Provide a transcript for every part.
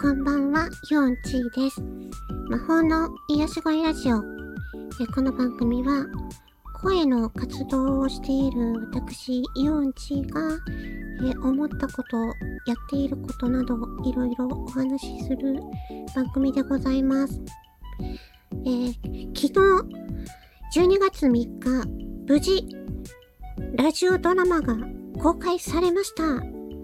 こんばんは、ヨンチーです。魔法の癒し声ラジオ。この番組は、声の活動をしている私、ヨンチーが、思ったこと、やっていることなど、いろいろお話しする番組でございます。昨日、12月3日、無事、ラジオドラマが公開されました。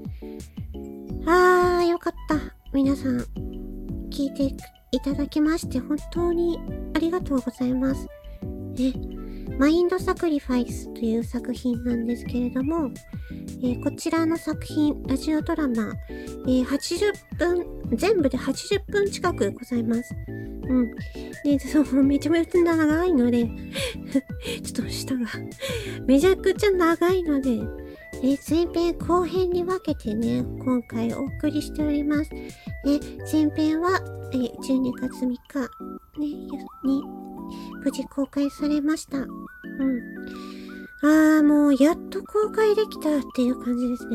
よかった。皆さん、聞いていただきまして本当にありがとうございます。マインドサクリファイスという作品なんですけれども、こちらの作品、ラジオドラマ、80分、全部で80分近くございます。で、めちゃめちゃ長いので、ちょっと舌が、めちゃくちゃ長いので、前編後編に分けてね、今回お送りしております。前編は、12月3日、に無事公開されました。もうやっと公開できたっていう感じですね。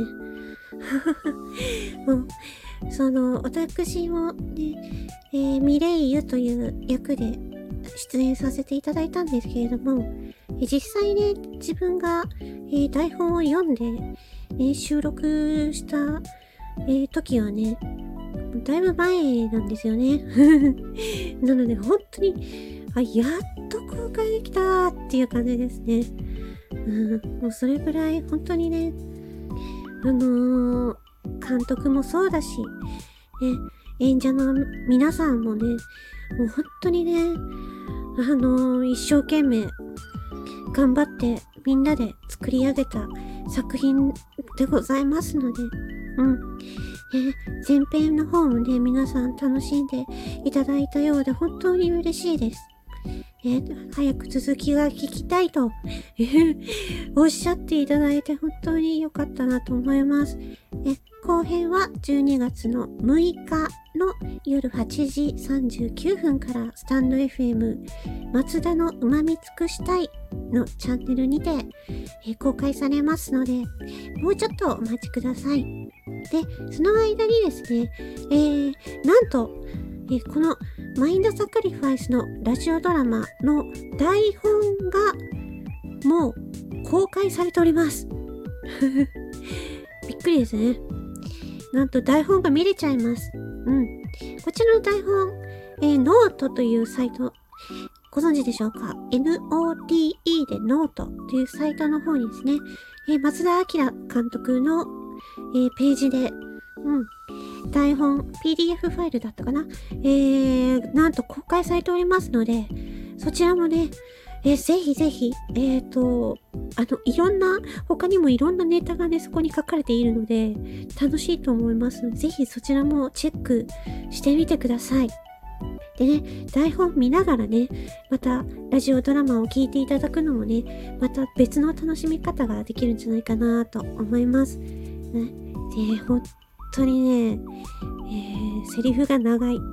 もう私もね、ミレイユという役で出演させていただいたんですけれども、実際ね、自分が、台本を読んで、収録した、時はね、だいぶ前なんですよね。なので本当に、やっと公開できたっていう感じですね。もうそれぐらい本当にね、監督もそうだし、演者の皆さんもね、もう本当にね、一生懸命頑張ってみんなで作り上げた作品でございますので、前編の方もね、皆さん楽しんでいただいたようで本当に嬉しいです。早く続きが聞きたいとおっしゃっていただいて本当に良かったなと思います。後編は12月の6日の夜8時39分からスタンド FM 松田のうまみ尽くしたいのチャンネルにて、公開されますので、もうちょっとお待ちください。で、その間にですね、なんと、このマインドサクリファイスのラジオドラマの台本がもう公開されております。びっくりですね。なんと台本が見れちゃいます。こちらの台本、ノートというサイト、ご存知でしょうか？ NOTE でノートというサイトの方にですね、松田明監督の、ページで、台本 PDF ファイルだったかな、なんと公開されておりますので、そちらもね、ぜひぜひ、いろんな、他にもいろんなネタがね、そこに書かれているので、楽しいと思いますので、ぜひそちらもチェックしてみてください。でね、台本見ながらね、またラジオドラマを聞いていただくのもね、また別の楽しみ方ができるんじゃないかなと思います。本当にね、セリフが長い。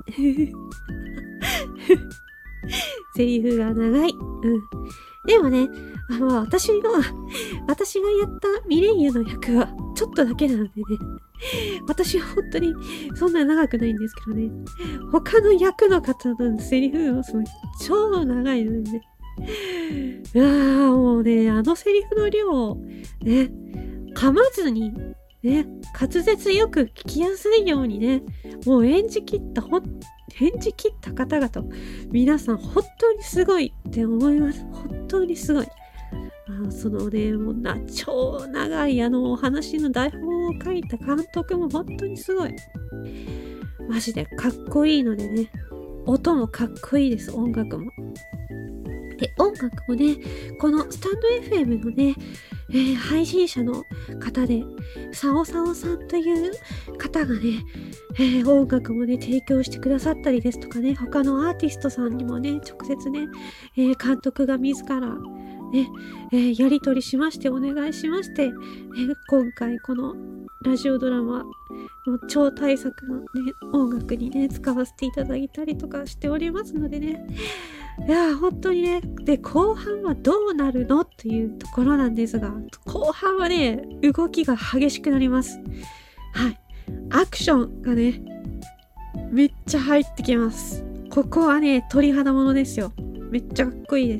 セリフが長い。でもね、私がやったミレイユの役はちょっとだけなのでね、私は本当にそんな長くないんですけどね、他の役の方のセリフも超長いのでね、もうね、セリフの量をね、噛まずにね、滑舌よく聞きやすいようにね、もう演じ切った方々、皆さん本当にすごいって思います。本当にすごい。もう超長いお話の台本を書いた監督も本当にすごい。マジでかっこいいのでね、音もかっこいいです、音楽も。で、音楽もね、このスタンド FM のね、配信者の方で、さおさおさんという方がね、音楽もね、提供してくださったりですとかね、他のアーティストさんにもね、直接ね、監督が自ら、ね、やり取りしましてお願いしまして、今回このラジオドラマの超大作のね、音楽にね、使わせていただいたりとかしておりますのでね、いや本当にね、で後半はどうなるのというところなんですが、後半はね、動きが激しくなります。はい、アクションがね、 めっちゃ入ってきます。ここはね、鳥肌ものですよ。めっちゃかっこいいです。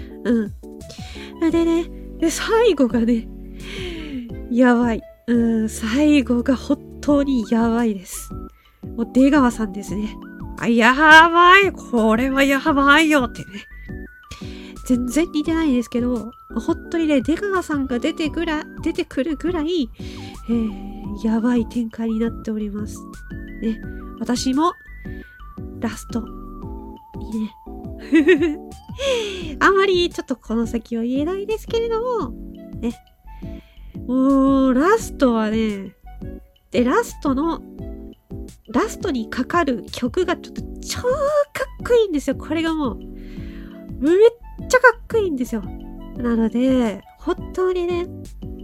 でね、最後がね、やばい。最後が本当にやばいです。もう出川さんですね。やばい。これはやばいよってね。全然似てないですけど、本当にね、出川さんが出てくるぐらい、やばい展開になっております。ね、私も、ラスト、いいね。あんまりちょっとこの先は言えないですけれども、ね。もう、ラストはね、で、ラストにかかる曲がちょっと超かっこいいんですよ。これがもう、めっちゃかっこいいんですよ。なので、本当にね、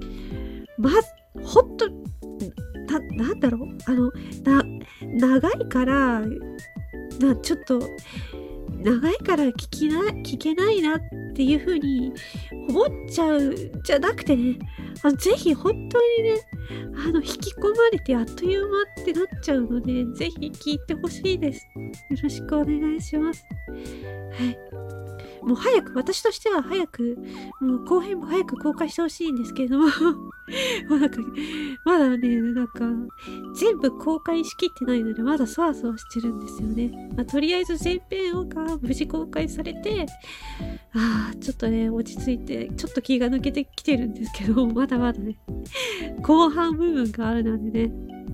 ほんと、なんだろう長いから、ちょっと、長いから聞けないなっていう風に思っちゃうじゃなくてね、ぜひ本当にね、引き込まれてあっという間ってなっちゃうので、ぜひ聞いてほしいです。よろしくお願いします。はい。もう私としてはもう後編も早く公開してほしいんですけれども、まだね、全部公開しきってないので、まだそわそわしてるんですよね。とりあえず前編が無事公開されて、ちょっとね、落ち着いて、ちょっと気が抜けてきてるんですけど、まだまだね、後半部分があるのでね。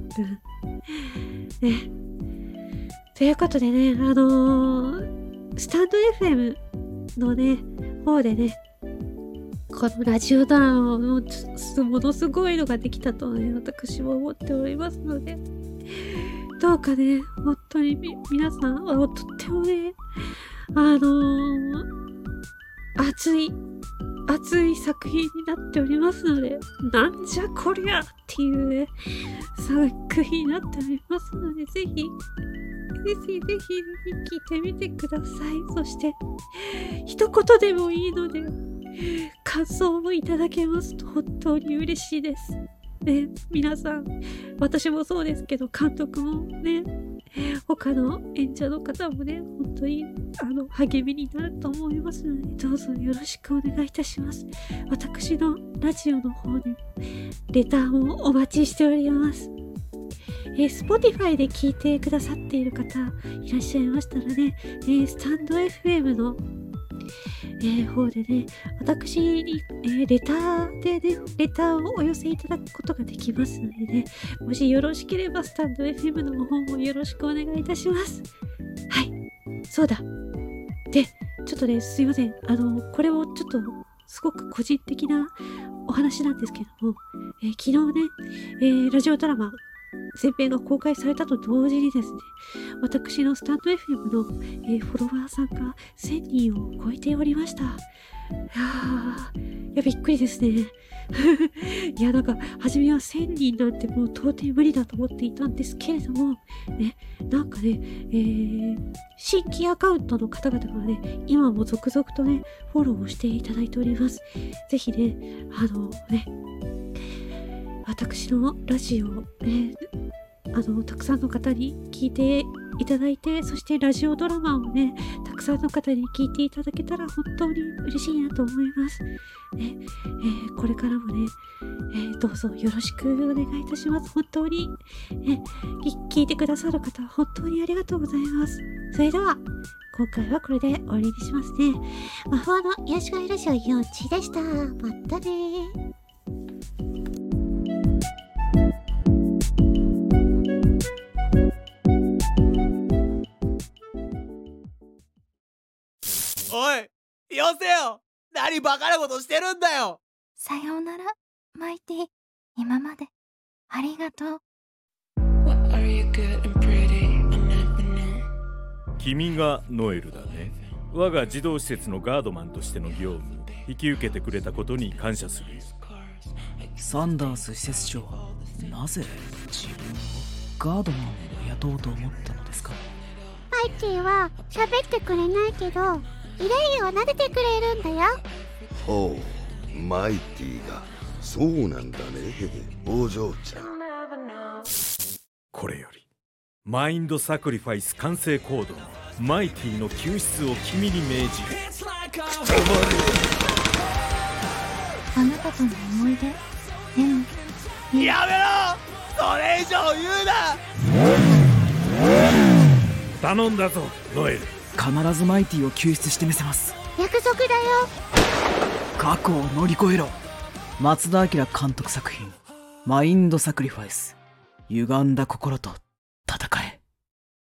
ね。ということでね、スタンド FM のね、方でね、このラジオドラマもものすごいのができたとね、私も思っておりますので、どうかね、本当に皆さん、とってもね、熱い作品になっておりますので、なんじゃこりゃっていうね、作品になっておりますので、ぜひ聞いてみてください。そして、一言でもいいので、感想もいただけますと本当に嬉しいです。ね、皆さん、私もそうですけど、監督もね、他の演者の方もね、本当に励みになると思いますので、どうぞよろしくお願いいたします。私のラジオの方で、レターもお待ちしております。Spotify で聞いてくださっている方いらっしゃいましたらね、スタンド FM の、方でね、私に、レターをお寄せいただくことができますのでね、もしよろしければスタンド FM の方もよろしくお願いいたします。はい、そうだ。で、ちょっとね、すいません。これをちょっとすごく個人的なお話なんですけども、昨日ね、ラジオドラマ前編が公開されたと同時にですね、私のスタンド FM の、フォロワーさんが1000人を超えておりました。いや、びっくりですね。いや、初めは1000人なんてもう到底無理だと思っていたんですけれども、ね、新規アカウントの方々がね、今も続々とね、フォローをしていただいております。ぜひね、私のラジオを、たくさんの方に聞いていただいて、そしてラジオドラマをね、たくさんの方に聞いていただけたら本当に嬉しいなと思います。ね、これからもね、どうぞよろしくお願いいたします。本当に、聞いてくださる方、本当にありがとうございます。それでは、今回はこれで終わりにしますね。魔法の癒し会ラジオ4時でした。またねー。 おい、よせよ。何バカなことしてるんだよ。 さようなら、マイティ。今までありがとう。 君がノエルだね。我が児童施設のガードマンとしての業務引き受けてくれたことに感謝するよ。 サンダース施設長はなぜ自分をガードマンを雇おうと思ったのですか？ マイティは喋ってくれないけどイレイを撫でてくれるんだよ。 ほう、マイティがそうなんだね、お嬢ちゃん。 これよりマインドサクリファイス完成コードマイティの救出を君に命じる。 あなたとの思い出でもやめろ、それ以上言うな。 頼んだぞノエル。 必ずマイティを救出してみせます。 約束だよ。 過去を乗り越えろ。松田明監督作品マインドサクリファイス。歪んだ心と戦え。